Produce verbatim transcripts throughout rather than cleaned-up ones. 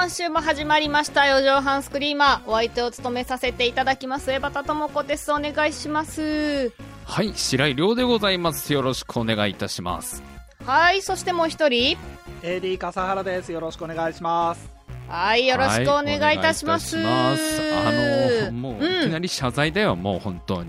今週も始まりました四畳半スクリーマー。お相手を務めさせていただきます江端智子です。お願いします。 はい、白井亮でございます。よろしくお願いいたします。 はい、そしてもう一人エーディー 笠原です。よろしくお願いします。 はい、よろしくお願いいたします。 はい、お願いいたします。あのもう、うん、いきなり謝罪だよ、もう本当に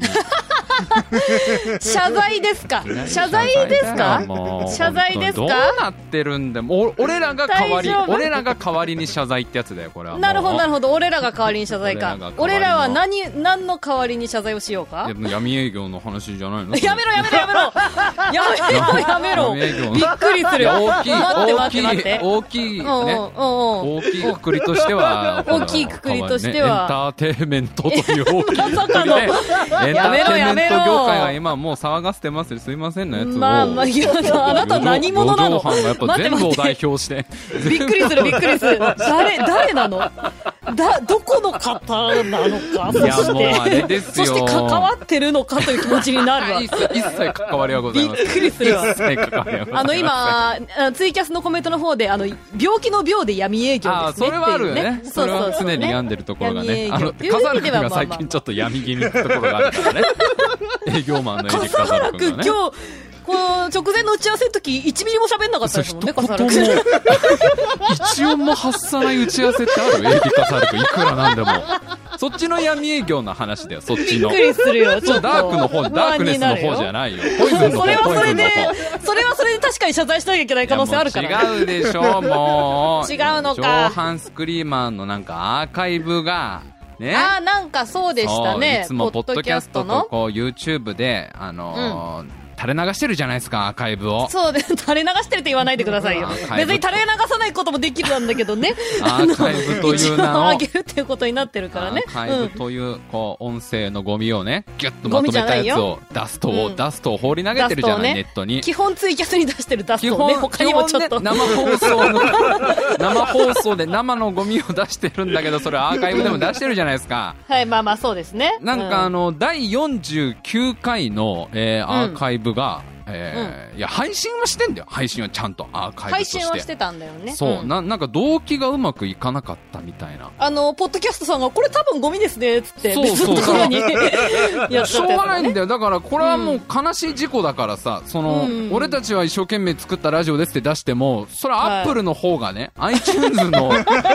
謝罪ですか謝罪ですか謝罪ですか。 どうなってるんだ。もう俺らが代わり俺らが代わりに謝罪ってやつだよ、これは。 なるほどなるほど、俺らが代わりに謝罪か。俺らは何何の代わりに謝罪をしようか。 闇営業の話じゃないの。 やめろやめろやめろやめろやめろびっくりする。 大きい大きい大きいね、大きいくくりとしては大きいくくりとしてはエンターテイメントという大きいくくりでエンターテイメント業界が今もう騒がせてます。すいませんのやつを、 まあまあ、いやあなた何者なの。 四畳半がやっぱ全部を代表してびっくりするびっくりする。誰誰なのだ、どこの方なのか、そしていやもうあれですよ、 そして関わってるのかという気持ちになるわ一切、一切関わりはございません。 びっくりするわ。 一切関わりはございません。 あの今ツイキャスのコメントの方で、あの病気の病で闇営業ですね。あ、 それはあるよね。 そうそれは常に病んでるところがね。あの笠原君が最近ちょっと闇気味ってところがあるからね。営業マンのエリカ笠原君がね。 今日この直前の打ち合わせの時いちミリも喋んなかったですもんね、笠原君。 一音も発さない打ち合わせってある？エリカ笠原君いくらなんでも。そっちの闇営業の話だよ、そっちの。 びっくりするよ、ちょっと。 ダークの方、ダークネスの方じゃないよ。ポイズンの方、 それはそれで、 それはそれで確かに謝罪しなきゃいけない可能性あるから、 ね。違うでしょ、もう。 違うのか。 上半スクリーマーのなんかアーカイブが、ね。 ああ、なんかそうでしたね。 いつもポッドキャストとこう YouTube で、あのー、うん垂れ流してるじゃないですか、アーカイブを。 そうです、垂れ流してるって言わないでくださいよ。別に垂れ流さないこともできるんだけどね。 アーカイブという名を上げるっていうことになってるからね。 アーカイブという、こう音声のゴミをね、ギュッとまとめたやつをダストを、うん、ダストを放り投げてるじゃない、ね、ネットに。 基本ツイキャスに出してるダストをね、他にもちょっと、 ね、生放送の生放送で生のゴミを出してるんだけど、それアーカイブでも出してるじゃないですか。 はい、まあまあそうですね。 なんかあの、うん、だいよんじゅうきゅうかいの、えー、アーカイブが、うんえーうん、いや配信はしてんだよ。配信はちゃんとアーカイブとして配信はしてたんだよね。 そう、 うん、 な, なんか動機がうまくいかなかったみたいな。 あのポッドキャストさんがこれ多分ゴミですねっつってそうそう別のところにやっしょうがないんだよ。だからこれはもう悲しい事故だからさ、その、うん、俺たちは一生懸命作ったラジオですって出しても、それはアップルの方がね、はい、iTunes の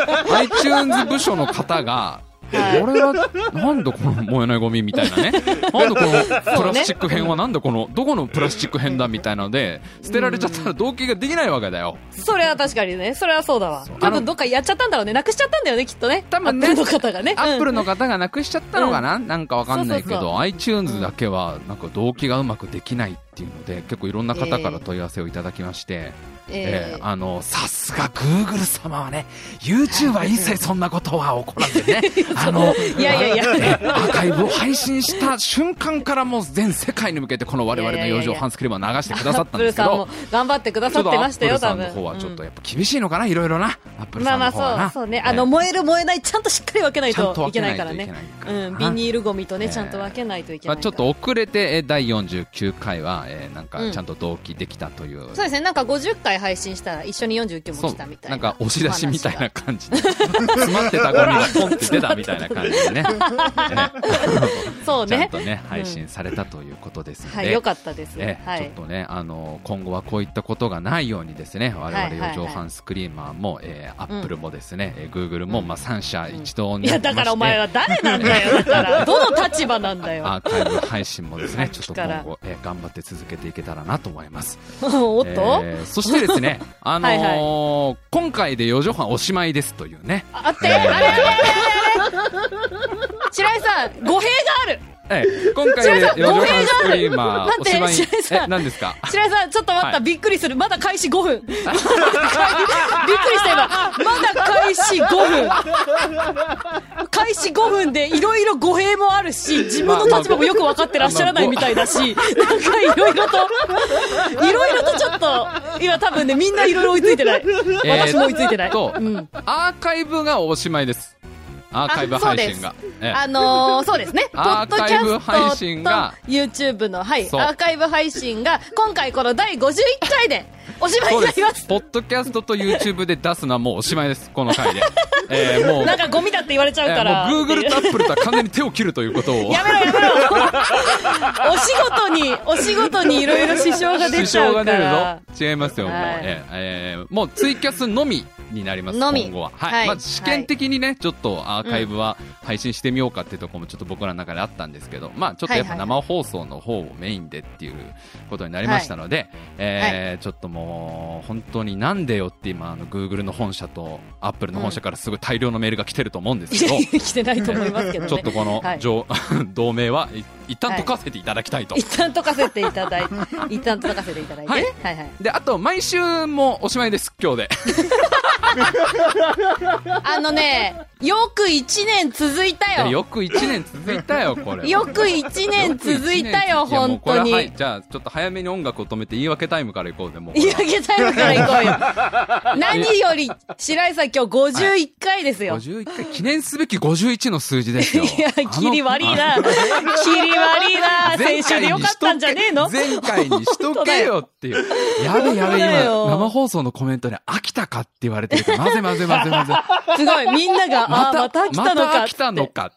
iTunes 部署の方がはい、俺はなんだこの燃えないゴミみたいなね、なんだこのプラスチック片はなんだこのどこのプラスチック片だみたいなので捨てられちゃったら動機ができないわけだよ。 それは確かにね、それはそうだわ。多分どっかやっちゃったんだろうね、なくしちゃったんだよねきっとね。 多分ね、 アップルの方がね、 アップルの方がなくしちゃったのかな、うん、なんかわかんないけど、そうそうそう、iTunes だけはなんか動機がうまくできないっていうので、結構いろんな方から問い合わせをいただきまして、えーえー、あのさすが Google 様はね YouTube は一切そんなことは起こらずねあのいやいやいやアーカイブを配信した瞬間からもう全世界に向けてこの我々の四畳半スクリームを流してくださったんですけど、アップルさんも頑張ってくださってましたよ。多分アップルさんの方はちょっとやっぱ厳しいのかな、いろいろな。アップルまあまあさんの方はな、 そうそうね、あの燃える燃えないちゃんとしっかり分けないといけないからね。うん、ビニールゴミとね、ちゃんと分けないといけないから、 まあ、ちょっと遅れてだいよんじゅうきゅうかいは、えー、なんかちゃんと同期できたという、うん、 そうですね。なんかごじゅっかい配信したら一緒によんじゅうきゅうも来たみたいな、 なんか押し出しみたいな感じで詰まってたゴミがポンって出たみたいな感じでねそうね、 ちゃんとね配信されたということですので、 うん、はい、よかったです、 えはい、 ちょっとね、あの今後はこういったことがないようにですね、我々四畳半スクリーマーも、えー、アップルもですね、うん、えー、Google も、まあ、さん社一同になってまして、 いやだからお前は誰なんだよだからどの立場なんだよ。 アーカイブ配信もですねちょっと今後、えー、頑張って続けていけたらなと思いますおっと、 えー、そしてですねあのーはいはい、今回で四畳半おしまいですというね。 あって、えー、あれあれあれ白井さん語弊がある。 ええ、今回で四畳半スクリーマーおしまい。 白井さん、 え、何ですか白井さん、ちょっと待った、はい、びっくりする。まだ開始ごふんびっくりした今。まだ開始ごふん開始ごふんでいろいろ語弊もあるし、自分の立場もよく分かってらっしゃらないみたいだし、なんかいろいろといろいろとちょっと今多分ね、みんないろいろ追いついてない、私も追いついてない、 と、うん、アーカイブがおしまいです。アーカイブ配信が、ええ、 あのー、そうですね、ポッドキャストと配信が YouTube の、はい、アーカイブ配信が今回このだいごじゅういっかいでおしまいになります。 ポッドキャストと YouTube で出すのはもうおしまいです、この回でえー、もう、 なんかゴミだって言われちゃうから。 えー、もう Google と Apple とは完全に手を切るということを。 やめろやめろお仕事に、お仕事にいろいろ支障が出ちゃうから。支障が出るぞ。違いますよ、もう。 はい、 えーえー、もうツイキャスのみになります、 のみ今後は。はい。 はい、 まず試験的にね、はい、ちょっとアーカイブは配信してみようかっていうところもちょっと僕らの中であったんですけど、まあちょっとやっぱ生放送の方をメインでっていうことになりましたので、はい、えーはい、ちょっともう、本当になんでよって今、あの、Google の本社と Apple の本社からすごい大量のメールが来てると思うんですけど、うん、 来てないと思いますけどね。 ちょっとこの、はい、同盟は一旦解かせていただきたいと。 はい、一旦解かせていただいて、一旦解かせていただいて、はい、はいはい。 で、あと、毎週もおしまいです、今日で。 あのね、よく一年続いたよ。 よく一年続いたよ、これ。 よく一年続いたよ、本当に。 はい、じゃあ、ちょっと早めに音楽を止めて言い訳タイムから行こうでもう。 言い訳タイムから行こうよ。何より、白井さん今日ごじゅういっかいですよ。 ごじゅういっかい、記念すべきごじゅういちの数字ですよ。 いや、キリ悪いな。キリ悪いな。先週でよかったんじゃねえの？ 前回にしとけよっていう。やべやべ、今、生放送のコメントで飽きたかって言われてるから、まぜまぜまぜまぜ。 すごい、みんなが、ああ、また来たのか。 また来たのかって。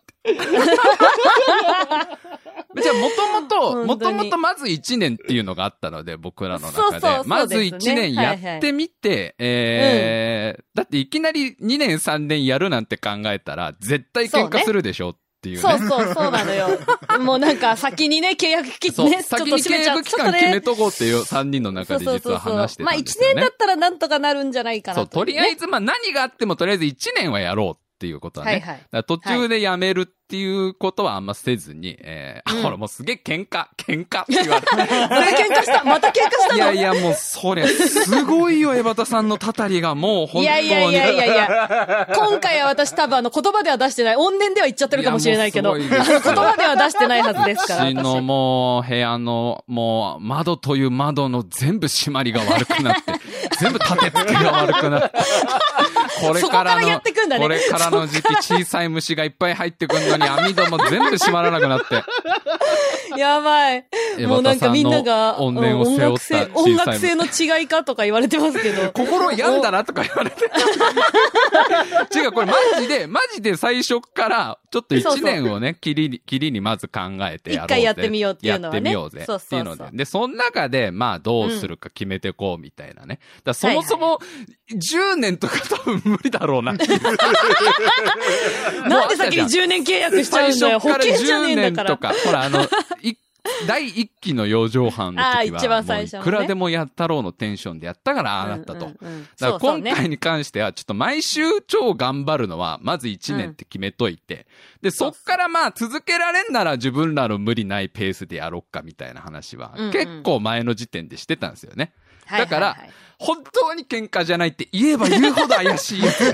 じゃあ、もともと、もともとまずいちねんっていうのがあったので、僕らの中で。 そうそうそう、 まずいちねんやってみて、はいはい、えー、うん、だっていきなりにねんさんねんやるなんて考えたら、絶対喧嘩するでしょっていうね。 そうそう、そうなのよ。もうなんか先にね、契約期間ね、 先に契約期間決めとこうっていうさんにんの中で実は話してたんですよね。 まあいちねんだったらなんとかなるんじゃないかなと、ね。 そう、とりあえずまあ何があってもとりあえずいちねんはやろうっていうことはね。はいはい、だ途中でやめるっていうことはあんませずに、えー、うん、ほらもうすげえ喧嘩、喧嘩って言われて。また喧嘩したまた喧嘩したのいやいやもうそりゃ、すごいよ、江端さんのたたりがもう本当に。いやいやいやいやいや。今回は私多分あの言葉では出してない、音念では言っちゃってるかもしれないけど、言葉では出してないはずですから。 私のもう部屋のもう窓という窓の全部締まりが悪くなって、全部立て付けが悪くなって。これからの、 ね、 これからの時期小さい虫がいっぱい入ってくるのに網戸も全部閉まらなくなって。 やばい。もうなんかみんなが、 音念を背負った小さい音楽性の違いかとか言われてますけど。 心病んだなとか言われて。違う、これマジで、マジで最初から、ちょっといちねんをね、切りに、切りにまず考えてやろうぜ。一回やってみようっていうのはね。 やってみようぜ。そうそうそうっていうので。で、その中で、まあどうするか決めていこうみたいなね。だそもそも、じゅうねんとか多分無理だろうなっていう。 なんで先にじゅうねん契約しちゃうんだよ。保険じゃねえんだから。 とか、ほらあの、い第一期の四畳半の時は、 一番最初のね、 いくらでもやったろうのテンションでやったからああなったと。うんうんうん、だから今回に関しては、ちょっと毎週超頑張るのは、まずいちねんって決めといて、うん、で、そっからまあ続けられんなら自分らの無理ないペースでやろっかみたいな話は、うんうん、結構前の時点でしてたんですよね。だから、はいはいはい、本当に喧嘩じゃないって言えば言うほど怪しいやつね。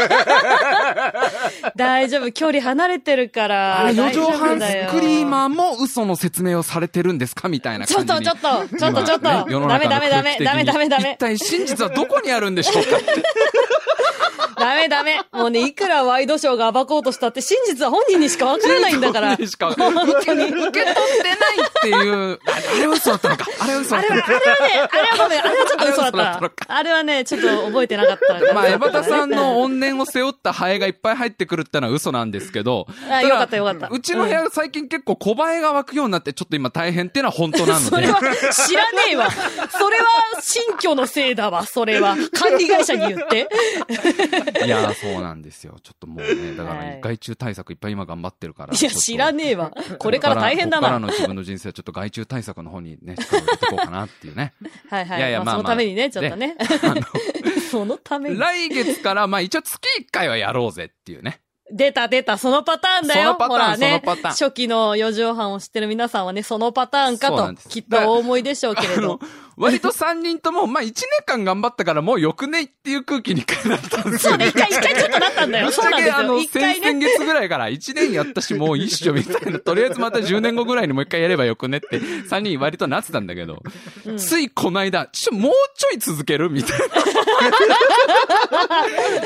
大丈夫、距離離れてるから。 あれ、四畳半スクリーマーも嘘の説明をされてるんですかみたいな感じに。 ちょっと、ちょっと、ちょっと、ちょっと。ダメダメダメ、ダメダメダメ。 一体真実はどこにあるんでしょうかって。 ダメダメ。もうね、いくらワイドショーが暴こうとしたって真実は本人にしかわからないんだから。 本人にしか本当に受け取ってないっていう。あれは嘘だったのか。あれは嘘だったのか。 あれはね、あれはごめん。あれはちょっと嘘だった。あれはね、ちょっと覚えてなかった。 まあ、江端さんの怨念を背負ったハエがいっぱい入ってくるってのは嘘なんですけど。 あ、よかったよかった。 うちの部屋最近結構小バエが湧くようになってちょっと今大変っていうのは本当なので。 それは知らねえわ。それは新居のせいだわ、それは。管理会社に言って。 いやー、そうなんですよ。ちょっともうね、だから害虫対策いっぱい今頑張ってるから。 いや、知らねえわ。これから大変だな。 これからの自分の人生はちょっと害虫対策の方にね、力を入れていこうかなっていうね。 はいはい。いやいや、まあ、まあ、そのためにね、ちょっとね。そのために。 来月から、まあ一応月いっかいはやろうぜっていうね。 出た出た、そのパターンだよ。 そのパターン、ほらね、そのパターン。 初期の四畳半を知ってる皆さんはね、そのパターンかと、きっとお思いでしょうけれど。 割とさんにんとも、まあいちねんかん頑張ったからもうよくねっていう空気に一回なったんですよね。 そうね、一回、一回ちょっとなったんだよ。そうなんですよ。 あの、一回ね。先々月ぐらいからいちねんやったしもう一緒みたいな、とりあえずまたじゅうねんごぐらいにもう一回やればよくねってさんにん割となってたんだけど、うん、ついこの間、ちょ、もうちょい続けるみたいな。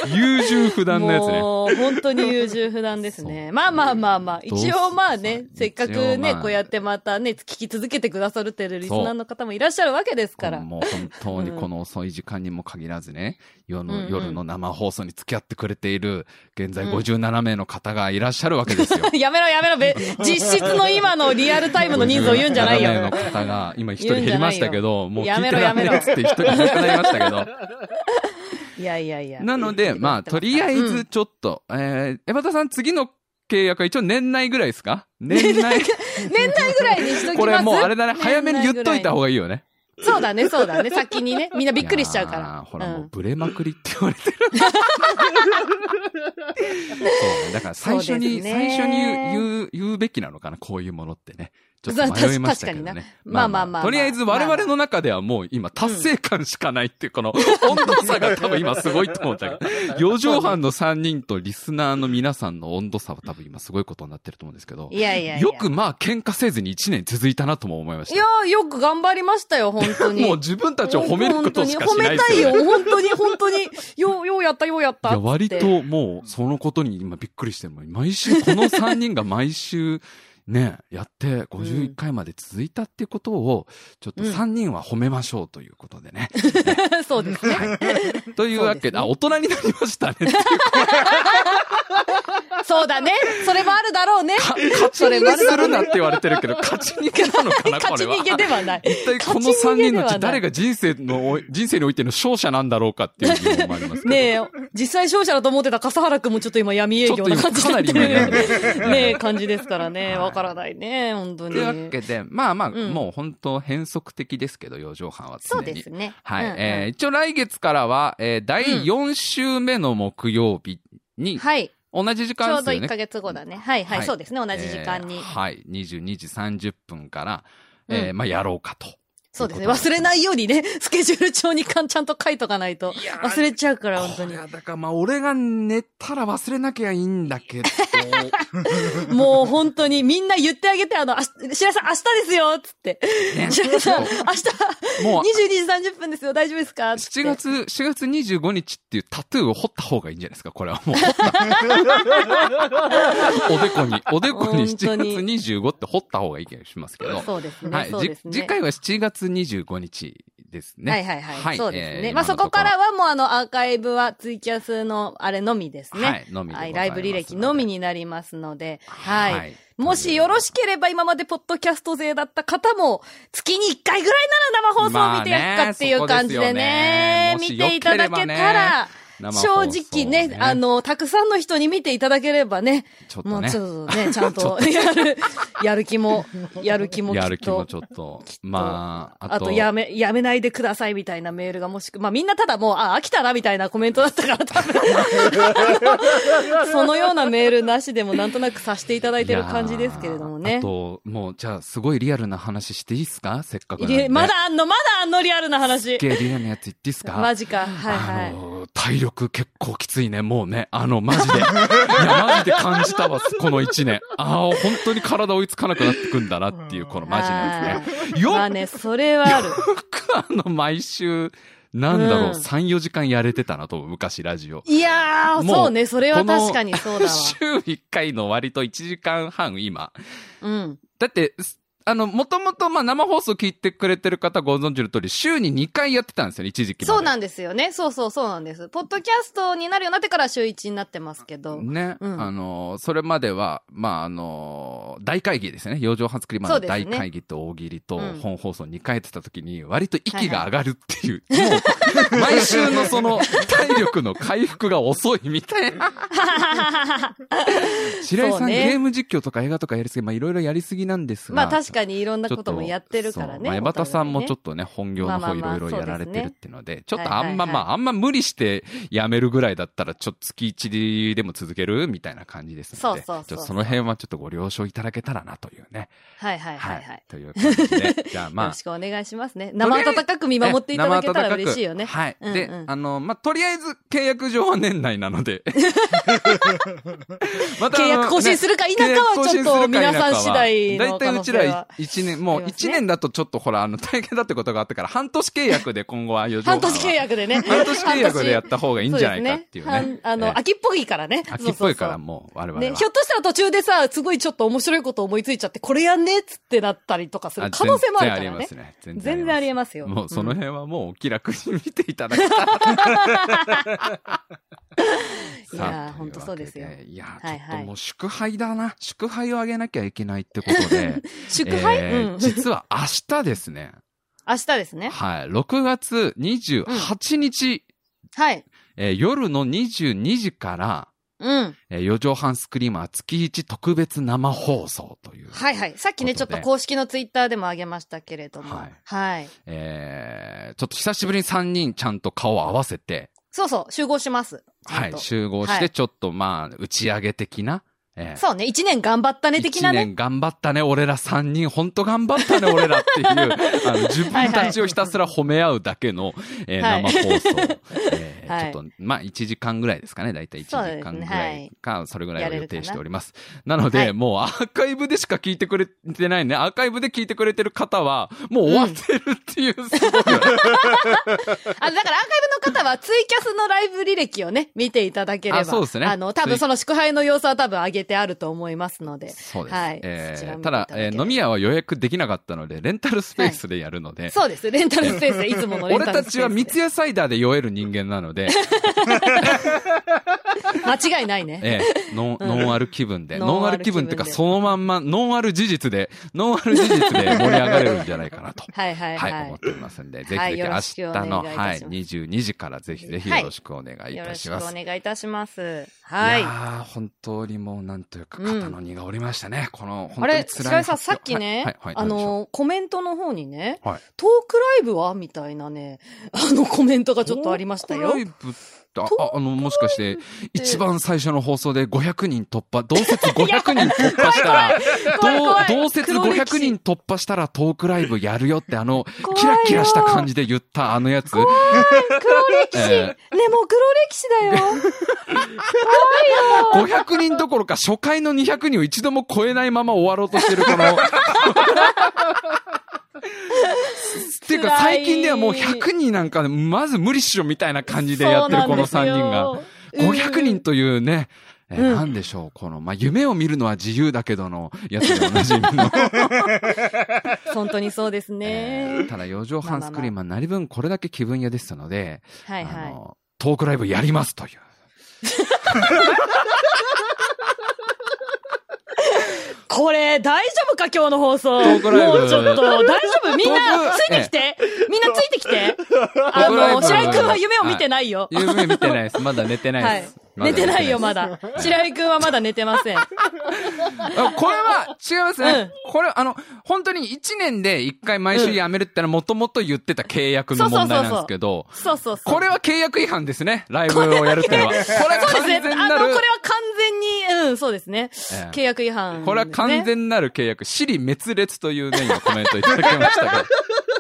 優柔不断のやつね。 もう、本当に優柔不断ですね。まあまあまあまあ、一応まあね、せっかくね、こうやってまたね、聞き続けてくださるってるリスナーの方もいらっしゃるわけですから。 もう本当にこの遅い時間にも限らずね、夜の、うんうん、夜の生放送に付き合ってくれている、現在ごじゅうななめいの方がいらっしゃるわけですよ。 やめろやめろ、実質の今のリアルタイムの人数を言うんじゃないよ。 ごじゅうななめいの方が、今一人減りましたけど、もう聞いてられないっつって一人いなくなりましたけど。 いやいやいや。 なので、まあ、とりあえずちょっと、うん、えー、エバタさん次の契約は一応年内ぐらいですか？年内。 年内ぐらいにしときます。 これもうあれだね、早めに言っといた方がいいよね。 そうだね、そうだね。先にね。みんなびっくりしちゃうから。 ほら、もうブレまくりって言われてる。そうだから最初に、ね、最初に言う、言うべきなのかな、こういうものってね。ちょっと迷いましたけどね。 まあまあまあ。 とりあえず我々の中ではもう今達成感しかないっていうこの温度差が多分今すごいと思うんだけど、よじはんのさんにんとリスナーの皆さんの温度差は多分今すごいことになってると思うんですけど、 いやいやいやよくまあ喧嘩せずにいちねん続いたなとも思いました。 いやー、よく頑張りましたよ、本当に。 もう自分たちを褒めることしかしないですよね。褒めたいよ、本当に、本当に。よう、ようやった、ようやった。いや、 割ともうそのことに今びっくりしてる。毎週、このさんにんが毎週、ね、やってごじゅういっかいまで続いたっていうことを、ちょっとさんにんは褒めましょうということでね。 うん、そうですね。はい、 というわけで、ね、あ、大人になりましたねっていう。 そうだね。それもあるだろうね。 勝ち逃げするなって言われてるけど、勝ち逃げなのかな、これは。 勝ち逃げではない。 一体このさんにんのうち誰が人生の、人生においての勝者なんだろうかっていう疑問もありますけど。 ねえ、実際勝者だと思ってた笠原くんもちょっと今闇営業な感じになってる。ねえ、感じですからね。わからないね、本当に。 というわけで、まあまあ、うん、もう本当変則的ですけど、よじはんは常に。 そうですね。 はい。うんうん、えー、一応来月からは、えー、だいよん週目の木曜日に、うん、はい。同じ時間ですよね。 ちょうどいっかげつごだね。はいはい、はい、そうですね。同じ時間に。 えー、はい。にじゅうにじさんじゅっぷんから、えー、うん、まあやろうかと。 そうですね。忘れないようにね、スケジュール帳にかんちゃんと書いとかないと、忘れちゃうから、本当に。いや、 だからまあ、俺が寝たら忘れなきゃいいんだけど。 もう本当にみんな言ってあげて、あの、白井さん明日ですよつって。ね、白井さん、明日、もうにじゅうにじさんじゅっぷんですよ、大丈夫ですかつって。 しちがつ、しちがつにじゅうごにちっていうタトゥーを彫った方がいいんじゃないですか、これはもう。おでこに、おでこにしちがつにじゅうごって彫った方がいい気がしますけど。 そうですね。 はい。 そうですね。 次回はしちがつにじゅうごにちですね。 はいはいはい。はい、そうですね。えー、まあそこからはもうあのアーカイブはツイキャスのあれのみですね。 はい、のみでございます。 ライブ履歴のみになりますので。はい。はい、もしよろしければ今までポッドキャスト勢だった方も月にいっかいぐらいなら生放送を見ていくかっていう感じでね。見ていただけたら。正直ね、ね、あの、たくさんの人に見ていただければね、 ちょっとね、 もうちょっとね、ちゃんとやる、やる気も、やる気もきっと。 やる気もちょっと。まあ、 あと、あとやめ、やめないでくださいみたいなメールがもしく、まあみんなただもう、あ、飽きたなみたいなコメントだったから多分。そのようなメールなしでもなんとなくさせていただいてる感じですけれどもね。 あと、もう、じゃあ、すごいリアルな話していいっすか？せっかくなんで。 まだあんの、まだあんのリアルな話。 すっげえリアルなやつ言っていいっすか？ マジか。はいはい。 あの、体力結構きついね、もうね。あの、マジで。いや、マジで感じたわ、この一年。ああ、本当に体追いつかなくなってくんだなっていう、このマジのやつね。よっまあね、それはある。 よくあの、毎週、なんだろう、うん、さん、よじかんやれてたなと思う、昔ラジオ。 いやー、そうね、それは確かにそうだわ。 週いっかいの割といちじかんはん今。 うん。 だって、あの、もともと、まあ、生放送聞いてくれてる方ご存知の通り、週ににかいやってたんですよね、一時期まで。 そうなんですよね。そうそうそうなんです。ポッドキャストになるようになってから週いちになってますけど。 ね。うん、あの、それまでは、まあ、あの、大会議ですね。よじはん作りまで大会議と大喜利と本放送にかいやってた時に、割と息が上がるっていう、はいはい、もう、毎週のその、体力の回復が遅いみたいな。白井さん、ね、ゲーム実況とか映画とかやりすぎ、まあ、いろいろやりすぎなんですが。 まあ、確かにいろんなこともやってるからね。 まあ、江端さんもちょっとね、本業の方いろいろやられてるっていうので、ちょっとあんま、まあ、あんま無理してやめるぐらいだったら、ちょっと月いちでも続けるみたいな感じですので、そうそうそうそう、ちょっとその辺はちょっとご了承いただけたらなというね。 はいはいはいはい。はい、 という感じで、じゃあまあ。 よろしくお願いしますね。生温かく見守っていただけたら嬉しいよね。 はい。うんうん、で、あの、まあ、とりあえず契約上は年内なので。 また契約更新するか否かはちょっと皆さん次第の可能性は。 だいたいうちらは。 一年、もう一年だとちょっとほら、あの、大変だってことがあったから、半年契約で今後は四畳半は。 半年契約でね。 半年契約でやった方がいいんじゃないかっていうね。 ねあの、えー、秋っぽいからね。 秋っぽいからもう、我々は。 ね、ひょっとしたら途中でさ、すごいちょっと面白いこと思いついちゃって、これやんねっつってなったりとかする可能性もあるからね。全然ありますね。全然, 全然ありえますよ。 もうその辺はもうお気楽に見ていただきたい。 いやー、ほんとそうですよ。 いやー、ちょっともう祝杯だな。祝杯をあげなきゃいけないってことで。 祝杯、 えーうん、実は明日ですね。 明日ですね。 はい。ろくがつにじゅうはちにち。 うん、はい。 えー、夜のにじゅうにじから、 うん。 えー、四畳半スクリーマー月一特別生放送という。 はいはい。さっきね、ちょっと公式のツイッターでも上げましたけれども。 はい。 はい。 えー、ちょっと久しぶりにさんにんちゃんと顔を合わせて。 そうそう、集合します。 はい、集合して、ちょっとまあ、打ち上げ的な。えー、 そうね、一年頑張ったね的なね。 一年頑張ったね、俺ら三人、ほんと頑張ったね、俺らっていう、あの、自分たちをひたすら褒め合うだけの、えーはい、生放送。えーはい、ちょっと、まあ、いちじかんぐらいですかね、だいたいいちじかんぐらいか、そ, ねはい、それぐらいを予定しております。な, なので、はい、もうアーカイブでしか聞いてくれてないね、アーカイブで聞いてくれてる方は、もう終わってるっていう、うん、すごい。あ、だからアーカイブの方は、ツイキャスのライブ履歴をね、見ていただければ。あ、 そうですね。 あの、多分その祝杯の様子は多分上げてあると思いますので。 そうです。 はい。 えー、ただ、えー、飲み屋は予約できなかったので、レンタルスペースでやるので。はい、 そうです。レンタルスペースで、いつものレンタルスペースで。 俺たちは三ツ矢サイダーで酔える人間なので。 間違いないね。 ええ、ノン、うん、ノンアル気分で。ノンアル気分っていうか、そのまんま、ノンアル事実で、ノンアル事実で盛り上がれるんじゃないかなと。 はいはいはい。 はい、思っておりますんで、ぜひぜひ明日の、はい、にじゅうにじからぜひぜひよろしくお願いいたします。はい、よろしくお願いいたします。はい。 いやー、本当にもう、なんというか、肩の荷が下りましたね。うん、この、本当に辛い。あれ、白井さん、さっきね、はいはいはい、あの、コメントの方にね、はい、トークライブはみたいなね、あのコメントがちょっとありましたよ。 トークライブあ、あの、もしかして、一番最初の放送でごひゃくにん突破、同説ごひゃくにん突破したら、同説ごひゃくにん突破したらトークライブやるよってあの、キラキラした感じで言ったあのやつ。 怖い、黒歴史、えー、ね、もう黒歴史だよ。怖いよ。 ごひゃくにんどころか初回のにひゃくにんを一度も超えないまま終わろうとしてるこの、っていうか最近ではもうひゃくにんなんかまず無理っしょみたいな感じでやってるこのさんにんが。ごひゃくにんというね、うん、えー、なんでしょう、この、まあ、夢を見るのは自由だけどのやつでおなじみの。 本当にそうですね。 えー、ただよ畳半スクリーンマンなり分これだけ気分屋ですので、 はいはい、 あの、トークライブやりますという。 これ、大丈夫か今日の放送。 トークライブもうちょっと、大丈夫みんな、ついてきてみんなついてきてあの、白井くんは夢を見てないよ。 はい、夢見てないです。まだ寝てないです。 はい、寝てないよ、まだ。白井くんはまだ寝てません。 これは、違いますね。うん、これ、あの、本当にいちねんでいっかい毎週辞めるってのはもともと言ってた契約の問題なんですけど、 そうそうそう。 これは契約違反ですね。ライブをやるってのは。これは完全なる。 あの、これは完全に、うん、そうですね。ええ、契約違反、ね。 これは完全なる契約。死に滅裂というね、今コメントいただきましたが。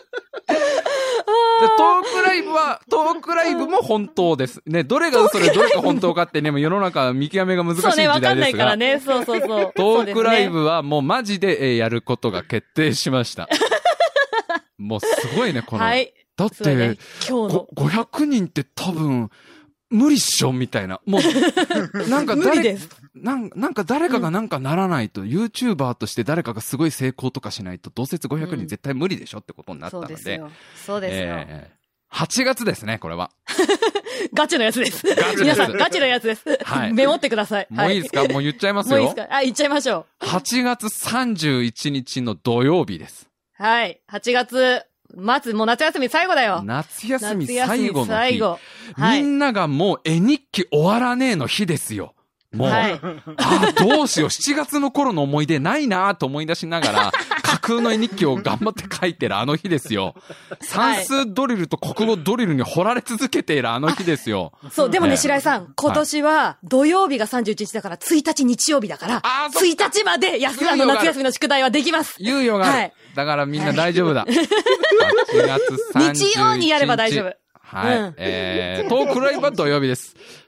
トークライブは、トークライブも本当です。ね、どれが嘘でどれが本当かってね、もう世の中見極めが難しい時代ですが。そうね、わかんないからね。そうそうそう。 トークライブはもうマジでやることが決定しました。もうすごいね、この。はい。だって、ね、今日のごひゃくにんって多分、無理っしょみたいな。もう、なんか誰、なん、なんか誰かがなんかならないと、うん、YouTuber として誰かがすごい成功とかしないと、同説ごひゃくにん絶対無理でしょってことになったので。うん、そうですよ。 そうですよ。 えー、はちがつですね、これは。 ガチのやつです。皆さん、ガチのやつです。はい。メモってください。 もういいですか、はい、もう言っちゃいますよ。 もういいですかあ、言っちゃいましょう。はちがつさんじゅういちにちの土曜日です。 はい。はちがつ、末、もう夏休み最後だよ。 夏休み最後の日。 最後。はい、みんながもう絵日記終わらねえの日ですよ。もう、はい、ああ、どうしよう、しちがつの頃の思い出ないなぁと思い出しながら、架空の絵日記を頑張って書いてるあの日ですよ。算数ドリルと国語ドリルに掘られ続けているあの日ですよ。 そう、でもね、白井さん、今年は土曜日がさんじゅういちにちだから、ついたち日曜日だから、ついたちまで安田の夏休みの宿題はできます。 猶予がある。はい、だからみんな大丈夫だ。はちがつさんじゅういちにち。 日曜にやれば大丈夫。 はい。うん、えー、トークライブは土曜日です。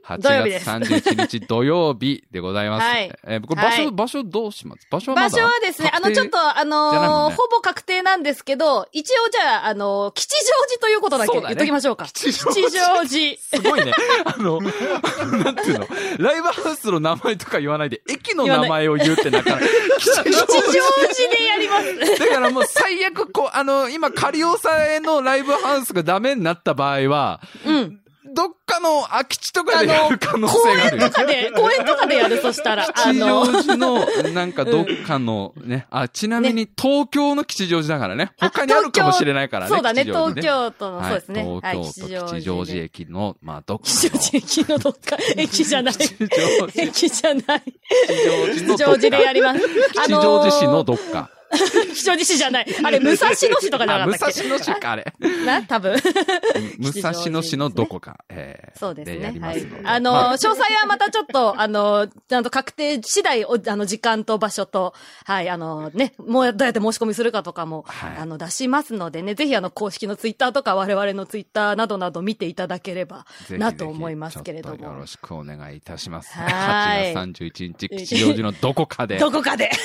はちがつさんじゅういちにち土曜日でございます。 はい。 えー、これ場所、 はい、 場所どうします場所はまだ場所はですね、あの、ちょっと、あのーね、ほぼ確定なんですけど、一応じゃあ、あのー、吉祥寺ということだけ言っときましょうか。うね、吉祥寺。吉祥寺。 すごいね。あの、なんていうのライブハウスの名前とか言わないで、駅の名前を言うってなかなか。 吉祥寺でやります。 だからもう最悪、こう、あの、今、カリオサへのライブハウスがダメになった場合は、うん。どっかの空き地とかでやる可能性がある。 公園とかで、公園とかでやる、そしたら。 吉祥寺の、なんかどっかのね、あ、ちなみに東京の吉祥寺だからね。他にあるかもしれないからね。 そうだね、東京都の、そうですね。 東京都吉祥寺駅の、まあ、どっか。 吉祥寺駅のどっか、駅じゃない。駅じゃない。 吉祥寺でやります。 吉祥寺市のどっか。 吉祥寺市じゃない。あれ、武蔵野市とかじゃなかったっけ？ 武蔵野市か、あれ。 な、多分。 武蔵野市のどこか。えー、そうですね。 でやりますので。 はい、あの、まあ、詳細はまたちょっと、あの、ちゃんと確定次第、あの、時間と場所と、はい、あの、ね、もうどうやって申し込みするかとかも、はい、あの、出しますのでね、ぜひあの、公式のツイッターとか我々のツイッターなどなど見ていただければなと思いますけれども。 ぜひぜひよろしくお願いいたします。 はい。 はちがつさんじゅういちにち、吉祥寺のどこかで。 どこかで。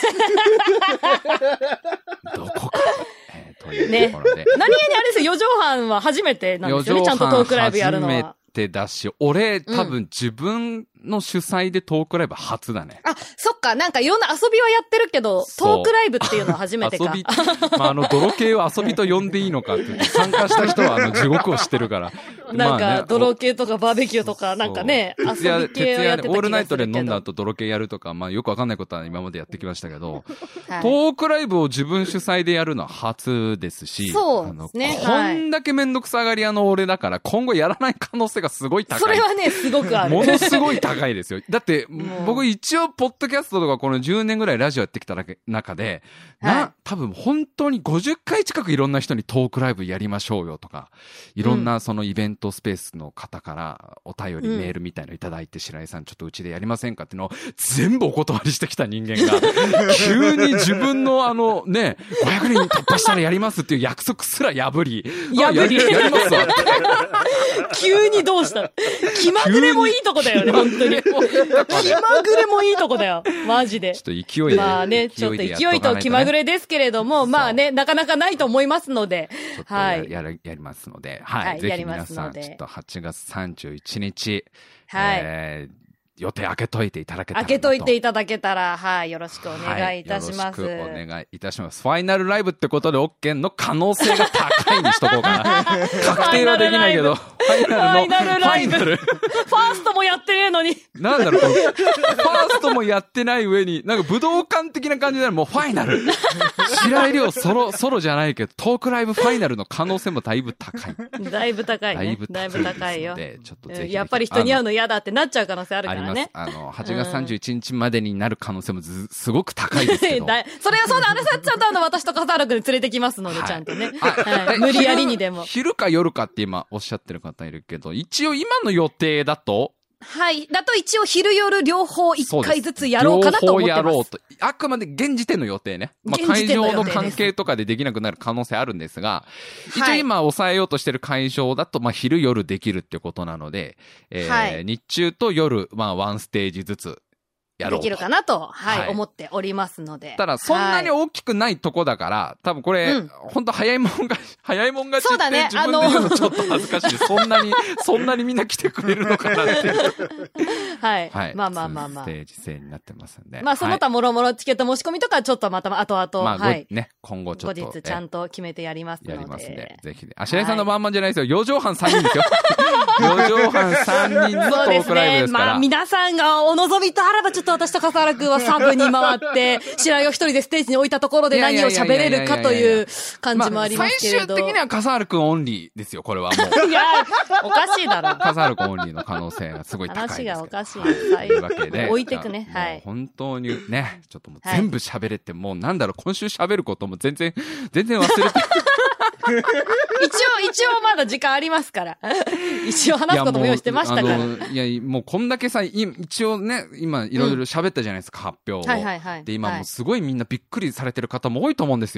どこか、えー、というところで。 ね、何気にあれですよ、四畳半は初めてなんですよね、ちゃんとトークライブやるのは。 初めてだし、俺、多分自分の主催でトークライブ初だね。 あ、そっか、なんかいろんな遊びはやってるけど、トークライブっていうのは初めてか。 遊び、まあ、あの、泥系を遊びと呼んでいいのかって、参加した人はあの、地獄を知ってるから。 なんか、泥系とかバーベキューとか、なんかね、遊び系をやってた気がするけど。徹夜で、 オールナイトで飲んだ後泥系やるとか、まあ、よくわかんないことは今までやってきましたけど、はい、トークライブを自分主催でやるのは初ですし、 そうですね。 こんだけめんどくさがり屋の俺だから、今後やらない可能性がすごい高い。 それはね、すごくある。 ものすごい高いですよ。だって、僕一応、ポッドキャストとかこのじゅうねんぐらいラジオやってきた中で、な、はい、多分本当にごじゅっかい近くいろんな人にトークライブやりましょうよとか、いろんなそのイベントスペースの方からお便り、メールみたいのいただいて、白井さんちょっとうちでやりませんかっていうのを全部お断りしてきた人間が、急に自分のあのね、ごひゃくにん突破したらやりますっていう約束すら破り、 破り、 やりますわ。 急にどうした気まぐれもいいとこだよね、本当に。気まぐれもいいとこだよ。マジで。 ちょっと勢いで。 まあね、ちょっと勢いと気まぐれですけれども、まあね、なかなかないと思いますので。 はい。やる、やりますので。はい。ぜひ皆さん、ちょっとはちがつさんじゅういちにち、はい。えー予定開けといていただけたら。 開けといていただけたら、はい、よろしくお願いいたします。 はい、よろしくお願いいたします。ファイナルライブってことで OK の可能性が高いにしとこうかな。確定はできないけど、ファイナルの、 ファイナルライブ。ファーストもやってねえのに。 なんだろう、ファーストもやってない上に、なんか武道館的な感じでもうファイナル。白井亮ソロ、ソロじゃないけど、トークライブファイナルの可能性もだいぶ高い。 だいぶ高い、ね。 だいぶ高い。 だいぶ高いよ。 ちょっとぜひ。 やっぱり人に会うの嫌だってなっちゃう可能性あるからね。 あの、はちがつさんじゅういちにちまでになる可能性もず、すごく高いですけど。 それはそうだ、あれさ、ちゃんとあの、私と笠原くん連れてきますので、はい、ちゃんとね。はい、無理やりにでも。 昼か夜かって今おっしゃってる方いるけど、一応今の予定だと、 はい。だと一応昼夜両方一回ずつやろうかなと思ってます。両方やろうと。 あくまで現時点の予定ね。まあ、会場の関係とかでできなくなる可能性あるんですが、一応今抑えようとしてる会場だと、まあ、昼夜できるってことなので、えーはい、日中と夜、まあ、ワンステージずつ、やろうとできるかなと、はい、はい、思っておりますので。 ただ、そんなに大きくないとこだから、はい、多分これ、うん、ほんと早いもんが、早いもんがそうだね、 自分で言うのちょっと恥ずかしい。そんなに、そんなにみんな来てくれるのかなっていう。 はい。はい。まあまあまあまあ。 ステージ制になってますんで。 まあ、その他もろもろチケット申し込みとか、ちょっとまた、後々、 まあ、 はい。 ね、今後ちょっと。 後日ちゃんと決めてやりますので。 やりますんで、ぜひね。あしらいさんのまんまじゃないですよ。四畳半さんにんですよ。四畳半さんにんのトークライブですから。 まあ、皆さんがお望みとあれば、ちょっと私と笠原くんはサブに回って、白井を一人でステージに置いたところで何を喋れるかという感じもありますけれど。 最終的には笠原くんオンリーですよ、これはもう。 いや、おかしいだろ。 笠原くんオンリーの可能性がすごい高いです。 話がおかしい。 というわけで。 置いてくね。はい。 本当にね、ちょっともう全部喋れて、もうなんだろう、今週喋ることも全然、全然忘れて。 一応、一応まだ時間ありますから。一応話すことも用意してましたから。いや、いやもうこんだけさ、一応ね、今いろいろ喋ったじゃないですか、うん、発表を。 はいはいはい。 で、今もうすごいみんなびっくりされてる方も多いと思うんですよ。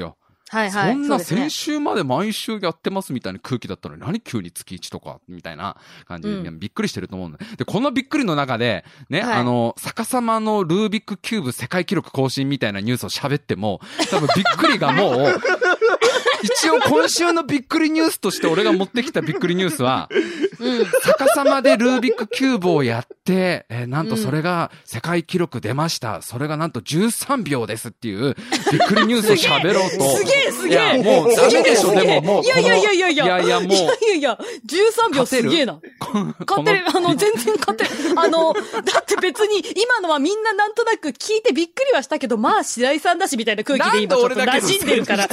はいはい。 そんな先週まで毎週やってますみたいな空気だったのに、何急に月いちとか、みたいな感じで、うん、びっくりしてると思うんだ。で、このびっくりの中で、ね、はい、あの、逆さまのルービックキューブ世界記録更新みたいなニュースを喋っても、多分びっくりがもう、一応今週のびっくりニュースとして俺が持ってきたびっくりニュースは、うん、逆さまでルービックキューブをやって、えー、なんとそれが世界記録出ました。それがなんとじゅうさんびょうですっていうびっくりニュースを喋ろうと。 すげえすげえいや、もうダメでしょ、でももう。 いやいやいやいやいや。 いやいやもう。いやいやいや、じゅうさんびょうすげえな。勝てる。あの、全然勝てる。あの、だって別に今のはみんななんとなく聞いてびっくりはしたけど、まあ白井さんだしみたいな空気で今ちょっと馴染んでるから。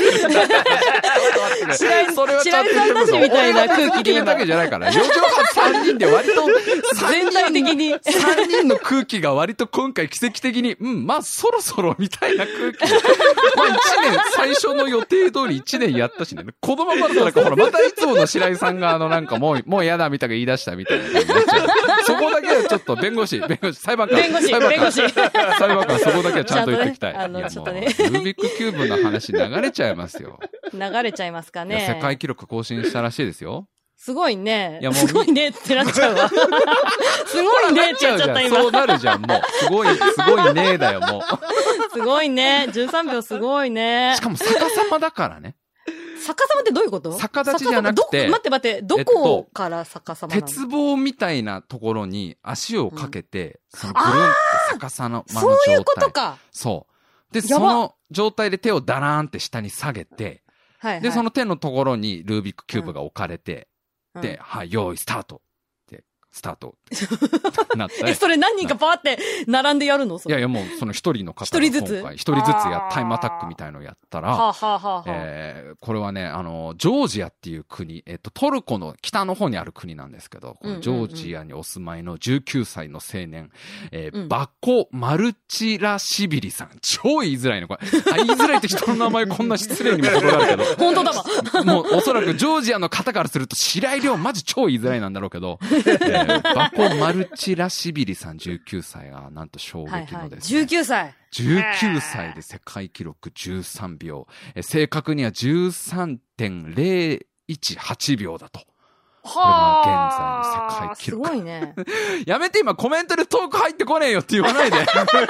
白井さんだしみたいな空気で今。 だけじゃないから。四畳半さんにんで割と、 全体的に。 さんにんの空気が割と今回奇跡的に、うん、まあそろそろみたいな空気。まあいちねん、最初の予定通りいちねんやったしね。子供まだなんかほら、またいつもの白井さんがあのなんかもう、もう嫌だみたいな言い出したみたいな感じになっちゃう。そこだけはちょっと弁護士、弁護士、裁判官。 弁護士、弁護士。 裁判官、そこだけはちゃんと言っておきたい。 あの、ちょっとね。 ルービックキューブの話流れちゃいますよ。 流れちゃいますかね。 世界記録更新したらしいですよ。 すごいね。いやもうすごいねってなっちゃうわ。すごいねって言っちゃった今。 そうなるじゃん、もう。すごい、すごいねだよ、もう。 すごいね。じゅうさんびょうすごいね。 しかも逆さまだからね。 逆さまってどういうこと？ 逆立ちじゃなくて。 待って待って、どこから逆さまなの？ 鉄棒みたいなところに足をかけて、うん、そのぐるんって逆さまの状態。 そういうことか。 そう。で、その状態で手をダラーンって下に下げて、はいはい、で、その手のところにルービックキューブが置かれて、うん、で、はい、用意スタート。スタートってなったえ、それ何人かパーって並んでやるの？それいやいやもうその一人の方が今回一人ずつやタイムアタックみたいのをやったら、はあはあはあえー、これはね、あの、ジョージアっていう国、えっと、トルコの北の方にある国なんですけど、このジョージアにお住まいのじゅうきゅうさいの青年、えーうん、バコ・マルチラシビリさん。超言いづらいのこれ。あ、言いづらいって人の名前こんな失礼にも程があるけど。 本当だわ。 もうおそらくジョージアの方からすると白井亮マジ超言いづらいなんだろうけど、えーバコ・マルチラシビリさんじゅうきゅうさいがなんと衝撃のですね、はいはい、 じゅうきゅうさいじゅうきゅうさいで世界記録じゅうさんびょう、え正確には じゅうさんてんぜろいちはちびょうだと。これが現在の世界記録。 すごいね。 やめて今コメントでトーク入ってこねえよって言わないで。トー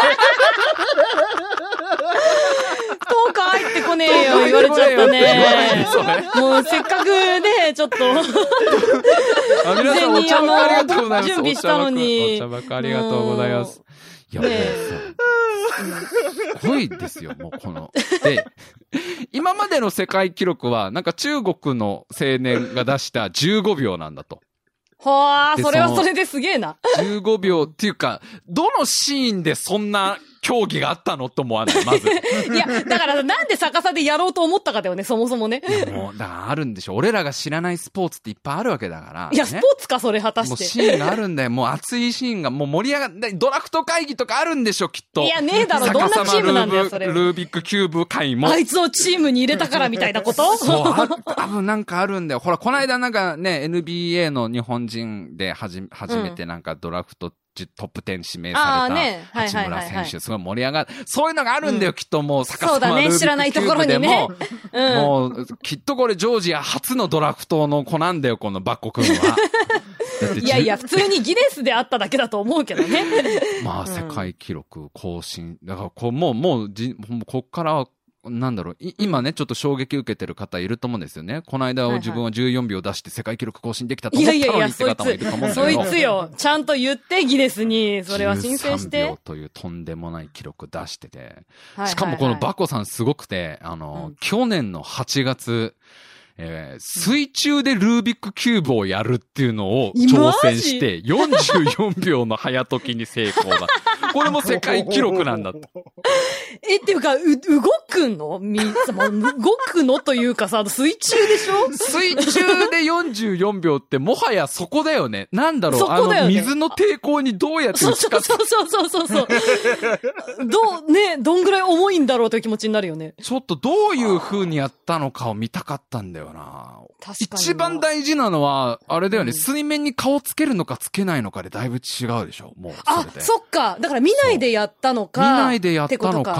ク入ってこねえよ言われちゃったね。もうせっかくね、ちょっと。 あ、皆さんお茶ばかありがとうございます。 準備したのに。 お茶ばかありがとうございます。いや、もうさ、すごいですよ、もうこの。で、今までの世界記録は、なんか中国の青年が出したじゅうごびょうなんだと。 はあ、それはそれですげえな。 じゅうごびょうっていうか、どのシーンでそんな競技があったのと思わない、まず。 いや、だからなんで逆さでやろうと思ったかだよね、そもそもね。 もう、だからあるんでしょ。俺らが知らないスポーツっていっぱいあるわけだから。 いや、ね、スポーツか、それ果たして。 もうシーンがあるんだよ。もう熱いシーンが、もう盛り上がって、ドラフト会議とかあるんでしょ、きっと。 いや、ねえだろ、どんなチームなんだよ、それ。 ルービックキューブ会も。 あいつをチームに入れたからみたいなことそう、多分なんかあるんだよ。ほら、この間なんかね、エヌビーエー の日本人ではじ、初めてなんかドラフト、トップじゅう指名された八村選手、すごい盛り上がる。そういうのがあるんだよ、きっともう、逆さまルービックキューブでも。そうだね、知らないところにね。もう、きっとこれジョージア初のドラフトの子なんだよ、このバッコ君は。 いやいや、普通にギネスであっただけだと思うけどね。 まあ、世界記録更新。だから、こう、もう、もう、じ、こっからは、なんだろう、今ね、ちょっと衝撃受けてる方いると思うんですよね。この間自分はじゅうよんびょう出して世界記録更新できたと思ったのにって方もいると思うんですけど。 そいつよ。ちゃんと言ってギネスに、それは申請して。じゅうさんびょうというとんでもない記録出してて。しかもこのバコさんすごくて、あの、うん、去年のはちがつ、えー、水中でルービックキューブをやるっていうのを挑戦して、よんじゅうよんびょうの早時に成功だ。これも世界記録なんだと。 え、っていうか、う、動くのみ、動くのというかさ、水中でしょ？ 水中でよんじゅうよんびょうってもはやそこだよね。なんだろう、そこだよね、あの、水の抵抗にどうやって打ち勝つそうそうそうそうそう。どう、ね、どんぐらい重いんだろうという気持ちになるよね。 ちょっとどういう風にやったのかを見たかったんだよな。確かに。一番大事なのは、あれだよね、うん、水面に顔つけるのかつけないのかでだいぶ違うでしょ、もう。 あ、そっか。だから見ないでやったのか。 見ないでやったのか。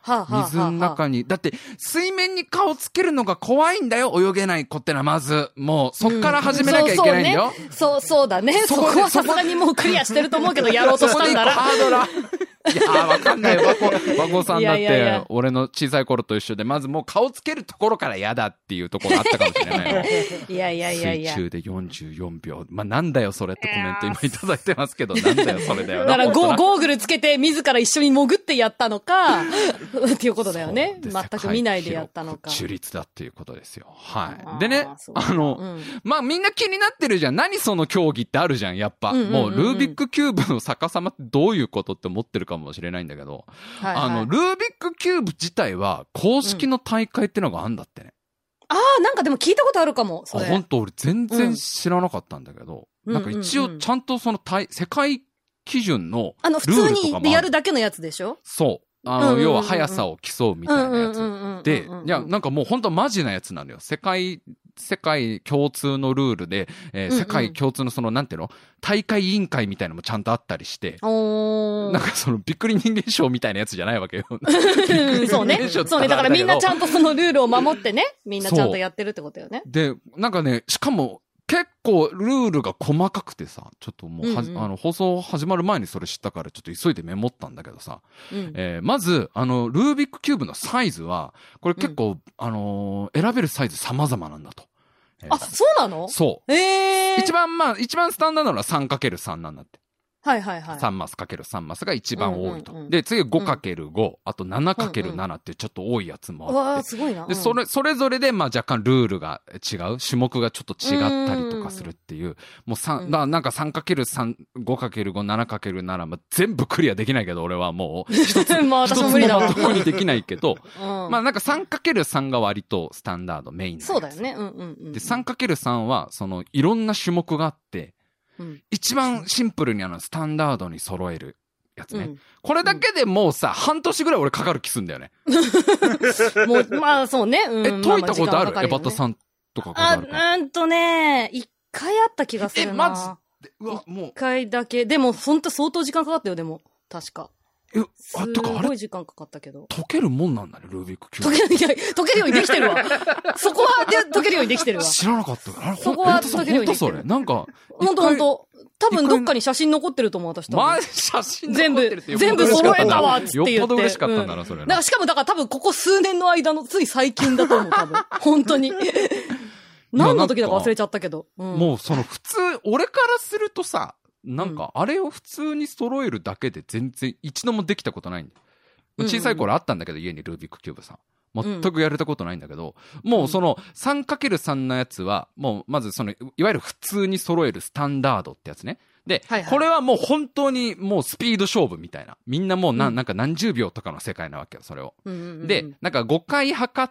はあはあはあはあ、 水の中に。だって、水面に顔つけるのが怖いんだよ、泳げない子ってのはまず。もう、そっから始めなきゃいけないんだよ。 うん、そうそうね。そう、そうだね。そこはさすがにもうクリアしてると思うけど、やろうとしたんだら。 ハードラ。いやー、わかんないよ。和子、和子さんだって、いやいやいや俺の小さい頃と一緒で、まずもう顔つけるところから嫌だっていうところがあったかもしれないよ。 いやいやいやいや。 水中でよんじゅうよんびょう。まあ、なんだよ、それってコメント今いただいてますけど、なんだよ、それだよ。 だからゴ、ゴーグルつけて自ら一緒に潜ってやったのか、っていうことだよね。全く見ないでやったのか。 樹立だっていうことですよ。はい。でね、あの、うん、まあ、みんな気になってるじゃん。何その競技ってあるじゃん、やっぱ。うんうんうんうん、もう、ルービックキューブの逆さまってどういうことって思ってるかもしれないんだけど、はいはい、あの、ルービックキューブ自体は公式の大会ってのがあんだってね。 うん、ああ、なんかでも聞いたことあるかも、それ。 あ、本当俺全然知らなかったんだけど、うん、なんか一応ちゃんとその大、世界基準のルールとかもある。 あの、普通にやるだけのやつでしょ？ そう。あの、うんうんうんうん、要は速さを競うみたいなやつ。で、いや、なんかもう本当マジなやつなのよ。世界、世界共通のルールで、えーうんうん、世界共通のその、なんていうの？大会委員会みたいなのもちゃんとあったりして、なんかその、びっくり人間ショーみたいなやつじゃないわけよ。 そうね。そうね。だからみんなちゃんとそのルールを守ってね、みんなちゃんとやってるってことよね。 で、なんかね、しかも、結構ルールが細かくてさ、ちょっともうは、うんうん、あの放送始まる前にそれ知ったからちょっと急いでメモったんだけどさ、うんえー、まずあのルービックキューブのサイズはこれ結構、うん、あのー、選べるサイズ様々なんだと。 えー、あ、そうなの？ そう。えー、一番まあ一番スタンダードなのは さんかけるさん なんだって。 はいはいはい。 さんマスかけるさんマスが一番多いと。うんうんうん、で、次 ごかけるご、うん、あと ななかけるなな ってちょっと多いやつもあって。 うんうん、わー、すごいな。 で、それ、それぞれで、まあ若干ルールが違う、種目がちょっと違ったりとかするっていう、うもうさん、だなんか さんかけるさん、ごかけるご、ななかけるなな、まあ、全部クリアできないけど、俺はもう、一つ、 まあ私も無理だわ。 一つのとこにできないけど、うん、まあなんか さんかけるさん が割とスタンダード、メインなんです。 そうだよね。うんうんうん。 で、さんかけるさん は、その、いろんな種目があって、うん、一番シンプルにあのスタンダードに揃えるやつね、うん、これだけでもうさ、うん、半年ぐらい俺かかる気すんだよね。 もうまあそうね、うん、 え解いたことある？エバタさんとかあるか。うんとね一回あった気がするな。 えまずうわもう一回だけでもほんと相当時間かかったよ。でも確かえあとかあれすごい時間かかったけど解けるもんなんだねルービックキューブ。解ける解けるようにできてるわ。そこはで解けるようにできてるわ。 知らなかった。あれそこは解けるようにできてる。 ほんとそれなんかほんとほんと多分どっかに写真残ってると思う私と。 マジ写真残ってるって全部全部揃えたわっつって言って。 よっぽど嬉しかったんだな、うん、それな。 だからしかもだから多分ここ数年の間のつい最近だと思う多分本当に。何の時だか忘れちゃったけど、 うん、もうその普通俺からするとさなんかあれを普通に揃えるだけで全然一度もできたことないんだよ。小さい頃あったんだけど、家にルービックキューブさん。全くやれたことないんだけど、うん、もうその さんかけるさん のやつは、もうまずその、いわゆる普通に揃えるスタンダードってやつね。で、はいはい、これはもう本当にもうスピード勝負みたいな。みんなもうな、うん、なんか何十秒とかの世界なわけよ、それを。うんうんうん、で、なんかごかい測って、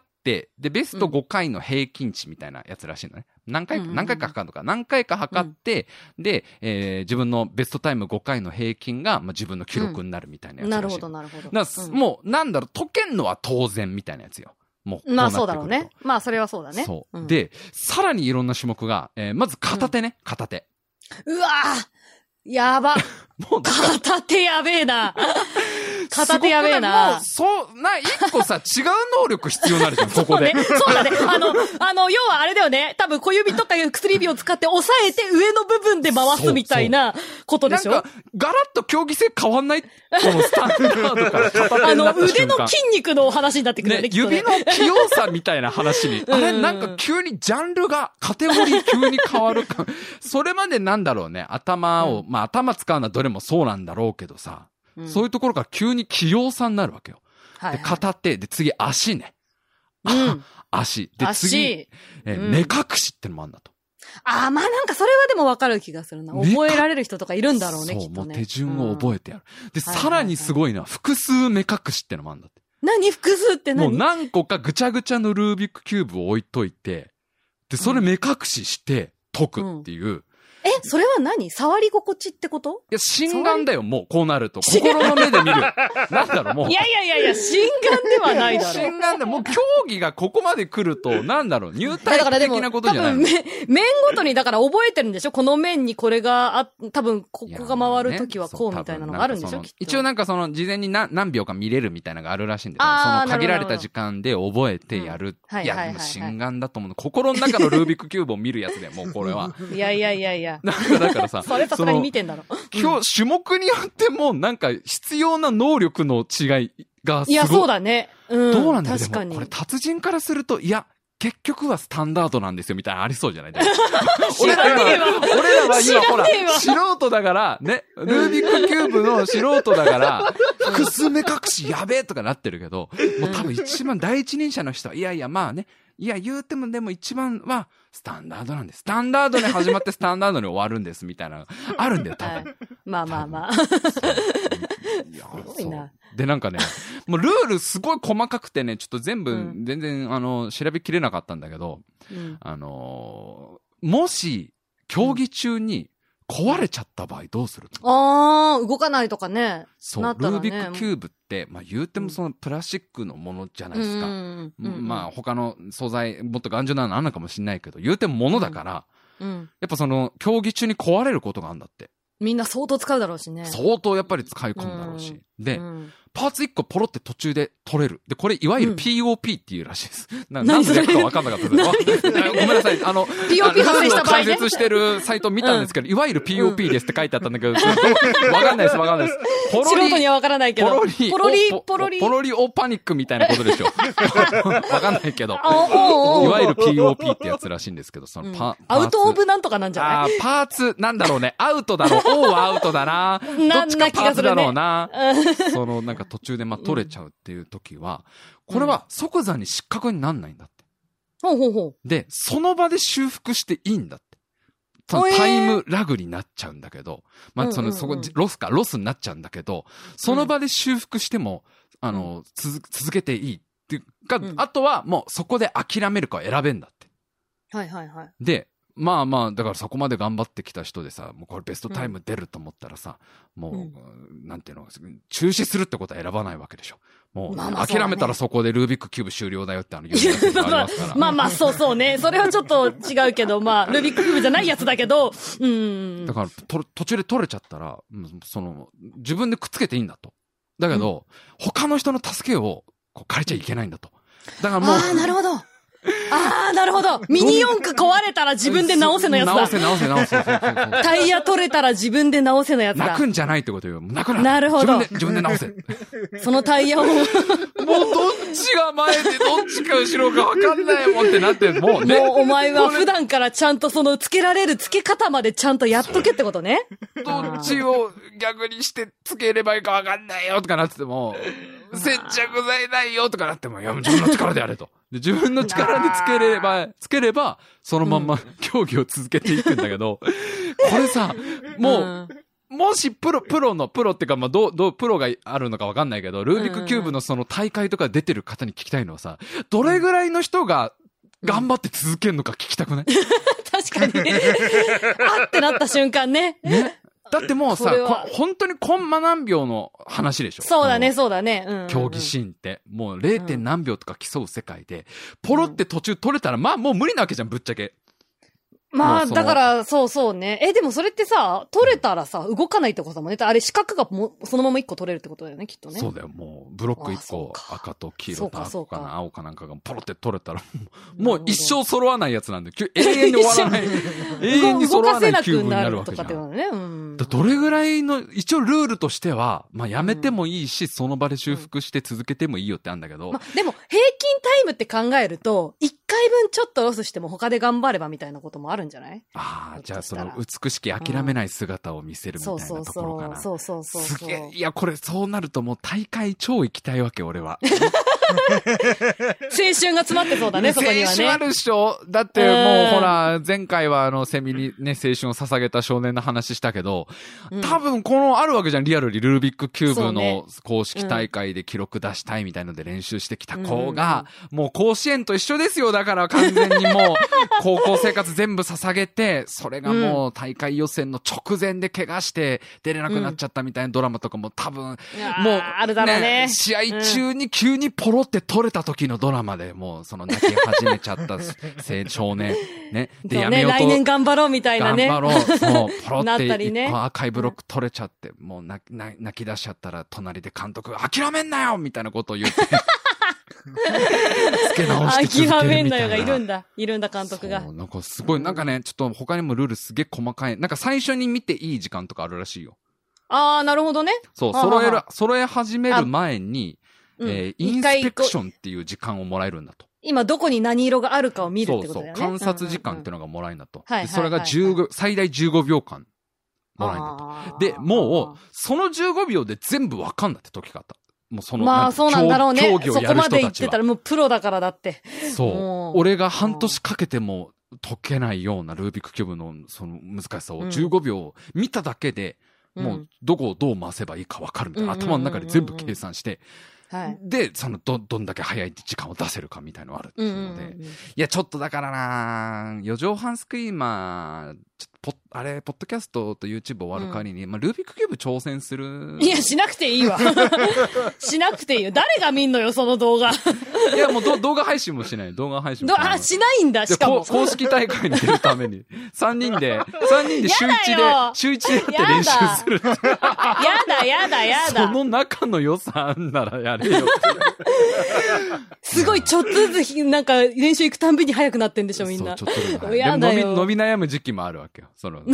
で、ベストごかいの平均値みたいなやつらしいのね。何回か、何回か測るのか、何回か測って、うん、で、えー、自分のベストタイムごかいの平均が、まあ、自分の記録になるみたいなやつらしい、うん。なるほど、なるほど。だから、うん、もう、なんだろう、解けんのは当然みたいなやつよ。もうまあそうだろうね。まあそれはそうだね。 そう。うん、で、さらにいろんな種目が、えー、まず片手ね、うん、片手。 うわぁやば。もう片手やべえな。片手やべえな。 もう、そう、な、一個さ、違う能力必要になるじゃん、ここで。 そうね。そうだね。あの、あの、要はあれだよね。多分小指とか薬指を使って押さえて上の部分で回すみたいなことでしょ。 なんか、ガラッと競技性変わんないこのスタンダードから片手になった瞬間。あの、 腕の筋肉の話になってくるよね、 ね指の器用さみたいな話に。あれ、なんか急にジャンルが、カテゴリー急に変わるか。それまでなんだろうね。頭を、うん、まあ頭使うのはどれもそうなんだろうけどさ。うん、そういうところから急に器用さになるわけよ。はいはい、で、片手、で、次足ね。うん、足。で、次、え、うん、目隠しってのもあるんだと。 ああ、まあなんかそれはでもわかる気がするな。覚えられる人とかいるんだろうね、きっとね。 そう、もう手順を覚えてやる。うん、で、さらにすごいのは、複数目隠しってのもあるんだって。 何複数って何？ もう何個かぐちゃぐちゃのルービックキューブを置いといて、で、それ目隠しして解くっていう、うんえ、それは何？触り心地ってこと？ いや、心眼だよ、もう、こうなると。心の目で見る。なんだろう、もう。 いやいやいやいや、心眼ではないだろ。 心眼で、もう競技がここまで来ると、なんだろう、入体的なことじゃないの。 多分、面ごとに、だから覚えてるんでしょ？この面にこれが、あ、多分、ここが回るときはこうみたいなのがあるんでしょ？きっと。 一応なんかその、事前に何、何秒か見れるみたいなのがあるらしいんだけど、その限られた時間で覚えてやる。いや、でも心眼だと思う。心の中のルービックキューブを見るやつで、もうこれは。 いやいやいやいや。 なんかだからさ、 それさすがに見てんだろ。 今日、種目によっても、なんか、必要な能力の違いがすごい。 いや、そうだね。うん。 どうなんだろう、 確かに。 でもこれ、達人からすると、いや、結局はスタンダードなんですよ、みたいなのありそうじゃない知らねえわ。 俺らは今、ほら、素人だから、ね、ルービックキューブの素人だから、複数目隠しやべえとかなってるけど、もう多分一番第一人者の人は、いやいや、まあね、いや、言うてもでも一番は、スタンダードなんです。スタンダードに始まってスタンダードに終わるんです、みたいな、あるんだよ、多分。はい、 まあまあまあ。 いや、すごいな。で、なんかね、もうルールすごい細かくてね、ちょっと全部、うん、全然、あの、調べきれなかったんだけど、うん、あのー、もし、競技中に壊れちゃった場合どうするの？ ああ、動かないとかね。 そう、ね、ルービックキューブって、まあ言うてもそのプラスチックのものじゃないですか。うん、まあ他の素材、もっと頑丈なのあるのかもしれないけど、言うてもものだから、うんうん、やっぱその競技中に壊れることがあるんだって。 みんな相当使うだろうしね。 相当やっぱり使い込むだろうし。うん、で、うん、パーツいっこポロって途中で取れる。で、これいわゆる ピーオーピー っていうらしいです。うん、な何で略か分かんなかったです。ごめんなさい。あの、 ピーオーピー 発生した場合ね。 解説してるサイト見たんですけど、うん、いわゆる ピーオーピー ですって書いてあったんだけど、分かんないです、分かんないです。 ポロリ。素人には分からないけど。 ポロリ。 ポロリ、ポロリ。 ポロリオパニックみたいなことでしょ。分かんないけど。いわゆる ピーオーピー ってやつらしいんですけど、そのパ、うん、 アウトオブなんとかなんじゃない？ あパーツ、なんだろうね。アウトだろう。O はアウトだな。どっちかパーツだろうな。その、なんか途中でまあ取れちゃうっていう時は、これは即座に失格になんないんだって。 ほうほうほう。 で、その場で修復していいんだって。そのタイムラグになっちゃうんだけど、まあ、その、そこ、ロスか、ロスになっちゃうんだけど、その場で修復しても、あの、続、続けていいっていうか、あとはもうそこで諦めるかを選べんだって。 はいはいはい。 で、まあまあ、だからそこまで頑張ってきた人でさ、もうこれベストタイム出ると思ったらさ、うん、もう、うん、なんていうの、中止するってことは選ばないわけでしょ。もう、まあまあ諦めたらそこでルービックキューブ終了だよってあの、言うやつがありますから。 まあまあ、そうそうね。それはちょっと違うけど、まあ、ルービックキューブじゃないやつだけど、うん。 だから、と途中で取れちゃったら、その、自分でくっつけていいんだと。だけど、うん、他の人の助けをこう借りちゃいけないんだと。だからもう。 ああ、なるほど。ああ、なるほど。ミニ四駆壊れたら自分で直せのやつだ。 直せ直せ直せ。 タイヤ取れたら自分で直せのやつだ。 泣くんじゃないってことよ。泣くな。 なるほど。 自分で、自分で直せ。 そのタイヤを。もうどっちが前でどっちか後ろか分かんないもんってなって、もうね。 もうお前は普段からちゃんとその付けられる付け方までちゃんとやっとけってことね。 どっちを逆にして付ければいいか分かんないよとかなってても、接着剤ないよとかなっても、いや、自分の力でやれと。で自分の力でつければ、つければ、そのまんま競技を続けていくんだけど、うん、これさ、もう、うん、もしプロ、プロの、プロってか、まあ、どう、どう、プロがあるのかわかんないけど、ルービックキューブのその大会とか出てる方に聞きたいのはさ、どれぐらいの人が頑張って続けるのか聞きたくない？ 確かに。あってなった瞬間ね。 ね。だってもうさ、本当にコンマ何秒の話でしょ。 そうだね、そうだね。うんうんうん、 競技シーンって。もう ゼロ. 何秒とか競う世界で、ポロって途中取れたら、まあもう無理なわけじゃん、ぶっちゃけ。 まあ、だから、そうそうね。え、でもそれってさ、取れたらさ、動かないってことだもんね。あれ、四角がもそのまま一個取れるってことだよね、きっとね。 そうだよ、もう、ブロック一個、赤と黄色と赤かな、青かなんかがポロって取れたら、もう一生揃わないやつなんで、永遠に終わらない。永遠に揃わないキューブになるわけじゃん。動かせなくなるとかってことね。うん。どれぐらいの、一応ルールとしては、まあやめてもいいし、うん、その場で修復して続けてもいいよってあるんだけど。 まあ、でも、平均タイムって考えると、一回分ちょっとロスしても他で頑張ればみたいなこともあるんじゃない？ ああ。じゃあその美しき諦めない姿を見せるみたいなところかな。 そうそうそう。 すげえ。いや、これそうなるともう大会超行きたいわけ、俺は。 春が詰まってそうだね、そこにはね。 青春あるっしょ。だってもうほら、前回はあの、セミにね、青春を捧げた少年の話したけど、うん、多分このあるわけじゃん、リアルにルービックキューブの公式大会で記録出したいみたいので練習してきた子が、うん、もう甲子園と一緒ですよ。だから完全にもう、高校生活全部捧げて、それがもう大会予選の直前で怪我して出れなくなっちゃったみたいなドラマとかも多分、もう、 あるだろうね。 試合中に急にポロって取れた時のドラマでもうその泣き始めちゃった少年ね。で、やめようと。 来年頑張ろうみたいなね。 頑張ろう。そう、ポロってなったりね、 赤いブロック取れちゃって、もう泣き出しちゃったら隣で監督が諦めんなよみたいなことを言って。つけ直して続けるみたいな。 諦めんなよがいるんだ。いるんだ監督が。 そう、なんかすごい、なんかね、ちょっと他にもルールすげえ細かい。なんか最初に見ていい時間とかあるらしいよ。 あー、なるほどね。 そう、揃える、揃え始める前に、うん、えー、インスペクションっていう時間をもらえるんだと。 今どこに何色があるかを見るってことだよね。そうそう。 観察時間っていうのがもらえるんだと。うんうんうん、でそれがじゅうご、最大じゅうごびょうかんもらえるんだと。で、もう、そのじゅうごびょうで全部わかんだって解き方。もうその、 まあそうなんだろうね。 競技をやる人たちは。 そこまで言ってたらもうプロだからだって。 そう。俺が半年かけても解けないようなルービックキューブのその難しさをじゅうごびょう見ただけで、うん、もうどこをどう回せばいいかわかるみたいな、うん、頭の中で全部計算して、はい、で、その、ど、どんだけ早い時間を出せるかみたいなのがあるっていうので、うんうんうん、いや、ちょっとだからな四畳半スクリーマー、ちょっとポあれ、ポッドキャストと YouTube 終わる代わりに、うん、まあ、ルービックキューブ挑戦する。 いや、しなくていいわ。しなくていいよ。誰が見んのよ、その動画。 いや、もうど動画配信もしない。動画配信もしない。 あ、しないんだ、しかも。 公式大会に出るために、さんにんで、さんにんで週いちで、週いちでやって練習する。 やだ、やだ、やだ。 その仲の良さあんならやれよ。 すごい、ちょっとずつ、なんか、練習行くたんびに早くなってんでしょ、みんな。 そう、ちょっとずつ。やだよ。でも伸び、伸び悩む時期もあるわけよ。その。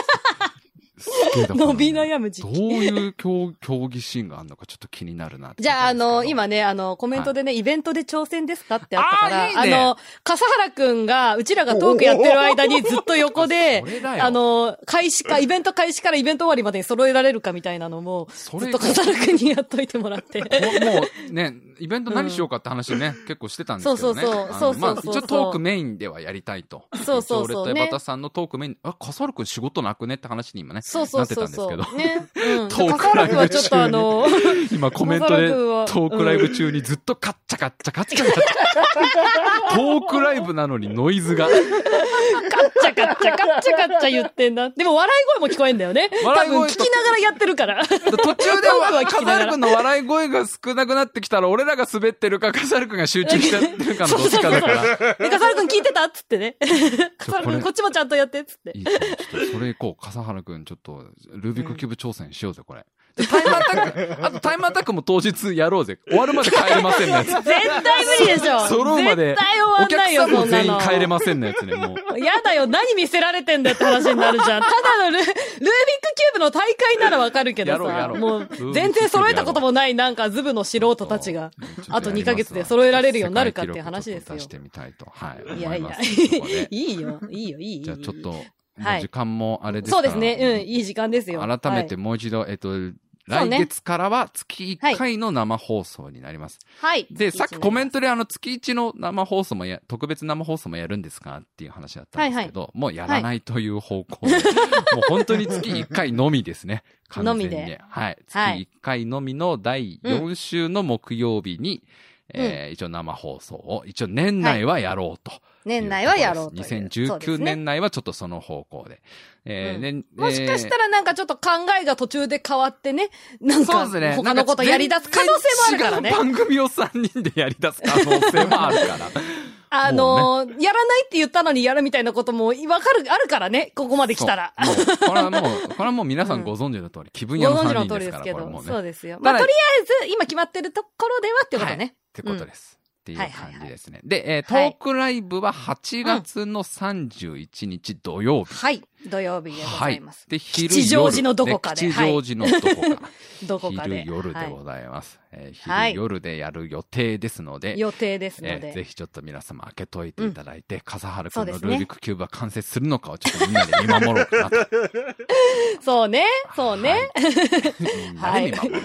伸び悩む時期。 どういう競競技シーンがあるのかちょっと気になるなって。 じゃあ、あの、今ね、あの、コメントでね、はい、イベントで挑戦ですかってあったから、あ, いい、ね、あの、笠原くんが、うちらがトークやってる間にずっと横で、あの、開始か、イベント開始からイベント終わりまでに揃えられるかみたいなのも、ずっと笠原くんにやっといてもらって。 もうね、イベント何しようかって話ね、うん、結構してたんですけどね。 そうそうそう。そうそうそう。 まあ、一応トークメインではやりたいと。 そうそうそう、ね。 俺と江端さんのトークメイン、あ、笠原くん仕事なくねって話に今ね、 そうそうそうそうなってたんですけど。 ね。うん。 トークライブ中に。 あの今コメントでトークライブ中にずっとカッチャカッチャカッチャカッチャ。トークライブなのにノイズが。 カッチャカッチャカッチャカッチャ言ってんだ。でも笑い声も聞こえんだよね。多分聞きながらやってるから。 途中では笠原くんの笑い声が少なくなってきたら俺らが滑ってるか笠原くんが集中しちゃってるかのどっちかだから。 で、笠原くん聞いてたっつってね。笠原くんこっちもちゃんとやってっつって。 いいかも。ちょっとそれいこう。笠原くんちょっとルービックキューブ挑戦しようぜこれ。でタイムアタック、あとタイムアタックも当日やろうぜ。終わるまで帰れませんのやつ。 絶対無理でしょ。 揃うまで。 絶対終わんないよ、 お客さんも全員帰れませんのやつね、もう。やだよ、何見せられてんだよって話になるじゃん。ただのル、ルービックキューブの大会ならわかるけどさ。やろうやろうもう、全然揃えたこともないなんかズブの素人たちが、あとにかげつで揃えられるようになるかっていう話ですよ。 出してみたいと。はい。 いやいや、いいよ、いいよ、いいよ。 じゃあちょっと、時間もあれですか、そうですね、うん、いい時間ですよ。 改めてもう一度、えっと、来月からは月いっかいの生放送になります。 はい。 で、さっきコメントであの月いちの生放送もや、特別生放送もやるんですかっていう話だったんですけど、はいはい、もうやらないという方向で、はい、もう本当に月いっかいのみですね。完全に。のみで。はい。月いっかいのみのだいよん週の木曜日に、うん、えー、一応生放送を、一応年内はやろうと。はい、 年内はやろうという。 にせんじゅうきゅうねん内はちょっとその方向で。えーうんね、もしかしたらなんかちょっと考えが途中で変わってね、なんか他のことやり出す可能性もあるからね。 違う番組をさんにんでやり出す可能性もあるから。 あのーね、やらないって言ったのにやるみたいなこともわかる、あるからね、ここまで来たら。 もうこれはもう、これはもう皆さんご存知の通り、うん、気分屋のさんにんですから。ご存知の通りですけど、 ね、そうですよ。まあ、とりあえず、今決まってるところではってことね。はい、 ってことです。うんっていう感じですね。はいはいはい、で、えー、トークライブははちがつのさんじゅういちにち土曜日。 はい。土曜日でございます。 はい、で、昼夜。吉祥寺のどこかで。 吉祥寺のどこか。 どこかで。 昼夜でございます。はい、えー、昼夜でやる予定ですので。はい、 予定ですので、 えー。ぜひちょっと皆様開けといていただいて、うん、笠原くんのルービックキューブは完成するのかをちょっとみんなで見守ろうかなと。 そうね。そうね。 はい。みんなで見守ろうという。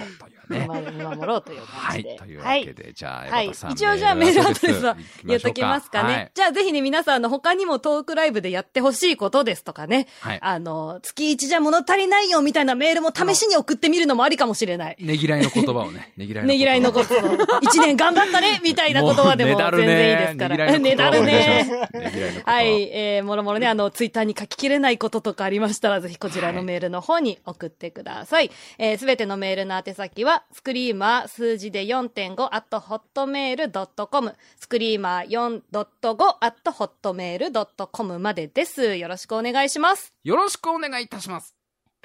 ね。 見守ろうという感じで。 はい。というわけで、じゃあ、 はい。 江端さん一応じゃあメールアドレスは行きましょう言っときますかね。 はいじゃあぜひね、皆さん、あの、他にもトークライブでやってほしいことですとかね。 はいあの、月一じゃ物足りないよみたいなメールも試しに送ってみるのもありかもしれない。 ねぎらいの言葉をね、ねぎらいのねぎらいのことを、一年頑張ったねみたいな言葉でも全然いいですから。ねだるね。はい。えー、もろもろね、あの、ツイッターに書ききれないこととかありましたら、ぜひこちらのメールの方に送ってください。えー、すべてのメールの宛先は、スクリーマー数字で よんてんご アットホットメールドットコム、スクリーマー よんてんご アットホットメールドットコムまでです。よろしくお願いします。 よろしくお願いいたします。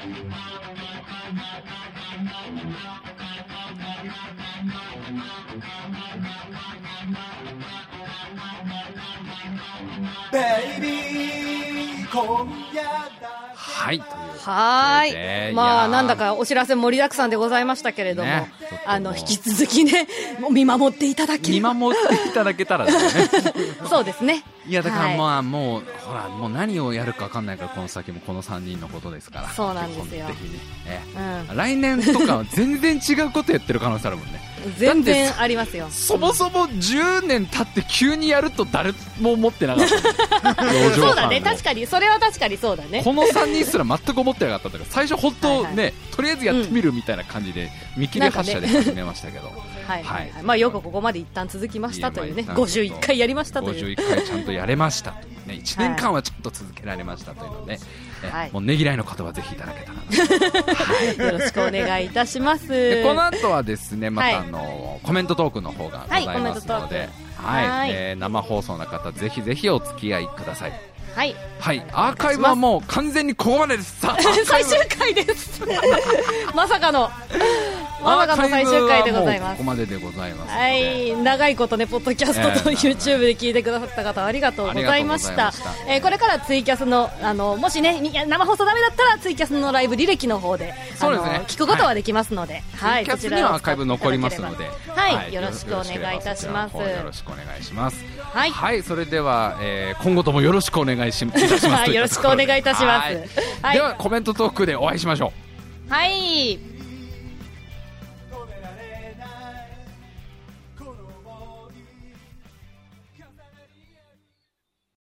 ベイビー今夜だはい。というはでーい。まあ、 いやーなんだかお知らせ盛りだくさんでございましたけれども、 ねちょっともうあの、引き続きね、もう見守っていただけ見れば。 守っていただけたらですね。 そうですね。 いや、だからはいまあ、もう、ほら、もう何をやるか分かんないから、この先もこのさんにんのことですから。 そうなんですよ基本的にね。 うん。 来年とかは全然違うことやってる可能性あるもんね。 全然ありますよ。 そもそもじゅうねん経って急にやると誰も思ってなかった。 そうだね。確かに。それは確かにそうだね。 このさんにんすら全く思ってなかったんだから、最初本当ね、 はいはとりあえずやってみるみたいな感じで、見切り発車で始めましたけど。 はいはいははいい。まあよくここまで一旦続きましたというね。 いやまあごじゅういっかいやりましたという。 ごじゅういっかいちゃんとやれましたというね。いちねんかんはちょっと続けられましたというので、ねはいもうねぎらいの言葉ぜひいただけたらな。 よろしくお願いいたします。 でこの後はですね、まはいたあの、コメントトークの方がございますので、はい、 はいえー生放送の方ぜひぜひお付き合いください。 はい。 はい、アーカイブはもう完全にここまでです。さあ、アーカイ最ブ終回です。まさかの、まさかの最終回でございますアーカイブはもうここ。まででございますので、 はい、長いことね、ポッドキャストとええ YouTube で聞いてくださった方ありがとうございました。 ありがとうございましたえーこれからツイキャスの、あの、もしね、いや生放送ダメだったらツイキャスのライブ履歴の方で、あの、 そうですね聞くことはできますので、はい、 ツイキャスにはアーカイブ残りますので、 はい、よろしくお願いいたします。 よろしくお願いします。 はいはい、それでは、えー今後ともよろしくお願いしいたします。 はいよろしくお願いいたしますはいはいではコメントトークでお会いしましょう。 はい。